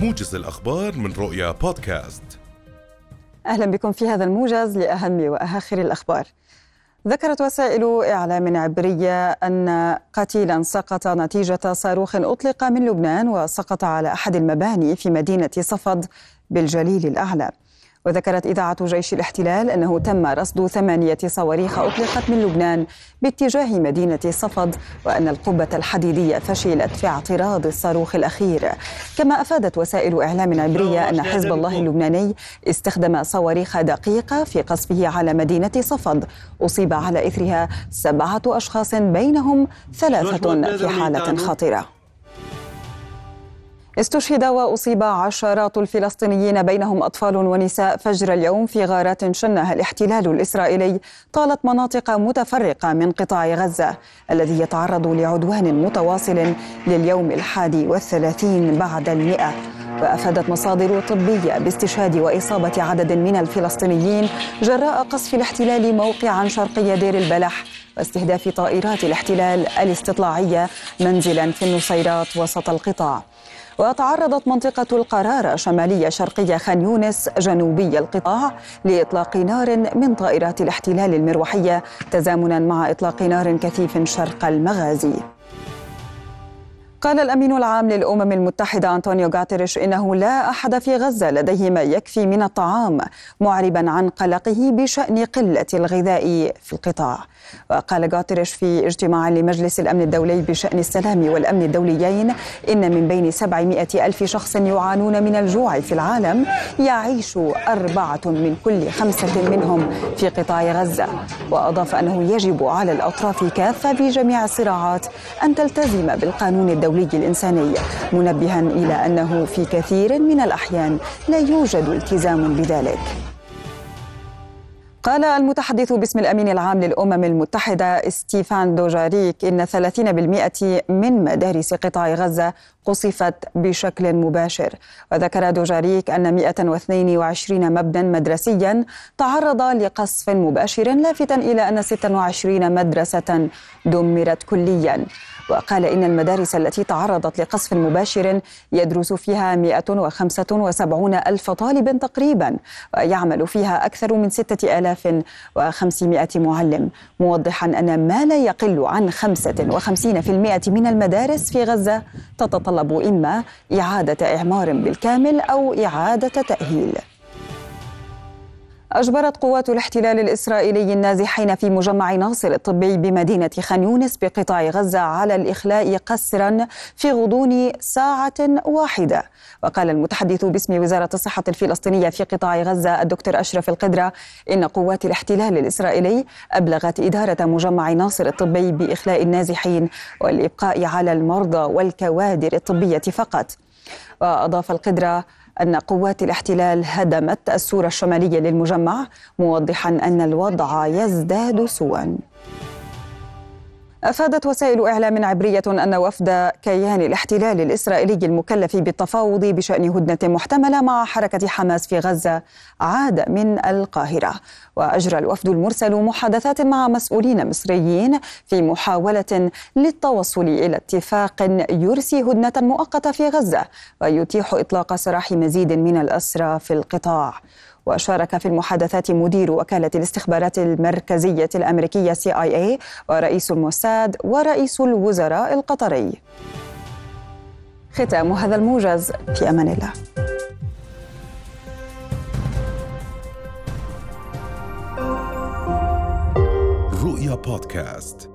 موجز الأخبار من رؤيا بودكاست. أهلا بكم في هذا الموجز لأهم وآخر الأخبار. ذكرت وسائل إعلام عبرية أن قتيلا سقط نتيجة صاروخ أطلق من لبنان وسقط على أحد المباني في مدينة صفد بالجليل الأعلى. وذكرت إذاعة جيش الاحتلال أنه تم رصد 8 صواريخ أطلقت من لبنان باتجاه مدينة صفد، وأن القبة الحديدية فشلت في اعتراض الصاروخ الأخير. كما أفادت وسائل إعلام عبرية أن حزب الله اللبناني استخدم صواريخ دقيقة في قصفه على مدينة صفد، أصيب على إثرها 7 أشخاص بينهم 3 في حالة خطرة. استشهد وأصيب عشرات الفلسطينيين بينهم أطفال ونساء فجر اليوم في غارات شنها الاحتلال الإسرائيلي طالت مناطق متفرقة من قطاع غزة الذي يتعرض لعدوان متواصل لليوم 31 بعد 100. وأفادت مصادر طبية باستشهاد وإصابة عدد من الفلسطينيين جراء قصف الاحتلال موقعا شرقي دير البلح واستهداف طائرات الاحتلال الاستطلاعية منزلا في النصيرات وسط القطاع. وتعرضت منطقة القرارة شمالية شرقية خان يونس جنوبي القطاع لإطلاق نار من طائرات الاحتلال المروحية تزامنا مع إطلاق نار كثيف شرق المغازي. قال الأمين العام للأمم المتحدة أنطونيو غوتيريش إنه لا أحد في غزة لديه ما يكفي من الطعام، معربا عن قلقه بشأن قلة الغذاء في القطاع. وقال غوتيريش في اجتماع لمجلس الأمن الدولي بشأن السلام والأمن الدوليين إن من بين 700 ألف شخص يعانون من الجوع في العالم يعيش 4 من كل 5 منهم في قطاع غزة. وأضاف أنه يجب على الأطراف كافة في جميع الصراعات أن تلتزم بالقانون الدولي الإنساني، منبها إلى أنه في كثير من الأحيان لا يوجد التزام بذلك. قال المتحدث باسم الأمين العام للأمم المتحدة ستيفان دوجاريك إن 30% من مدارس قطاع غزة قصفت بشكل مباشر. وذكر دوجاريك أن 122 مبنى مدرسيا تعرض لقصف مباشر، لافتا إلى أن 26 مدرسة دمرت كليا. وقال إن المدارس التي تعرضت لقصف مباشر يدرس فيها 175 ألف طالب تقريبا، ويعمل فيها أكثر من 6500 معلم، موضحا أن ما لا يقل عن 55% من المدارس في غزة تتطلب إما إعادة إعمار بالكامل أو إعادة تأهيل. أجبرت قوات الاحتلال الإسرائيلي النازحين في مجمع ناصر الطبي بمدينة خان يونس بقطاع غزة على الإخلاء قسرا في غضون ساعة واحدة. وقال المتحدث باسم وزارة الصحة الفلسطينية في قطاع غزة الدكتور أشرف القدرة إن قوات الاحتلال الإسرائيلي أبلغت إدارة مجمع ناصر الطبي بإخلاء النازحين والإبقاء على المرضى والكوادر الطبية فقط. وأضاف القدرة أن قوات الاحتلال هدمت السور الشمالية للمجمع، موضحا أن الوضع يزداد سوءا. أفادت وسائل إعلام عبرية أن وفد كيان الاحتلال الإسرائيلي المكلف بالتفاوض بشأن هدنة محتملة مع حركة حماس في غزة عاد من القاهرة. وأجرى الوفد المرسل محادثات مع مسؤولين مصريين في محاولة للتوصل إلى اتفاق يرسي هدنة مؤقتة في غزة ويتيح إطلاق سراح مزيد من الأسرى في القطاع. وشارك في المحادثات مدير وكالة الاستخبارات المركزية الأمريكية CIA ورئيس الموساد ورئيس الوزراء القطري. ختام هذا الموجز، في أمان الله. رؤيا بودكاست.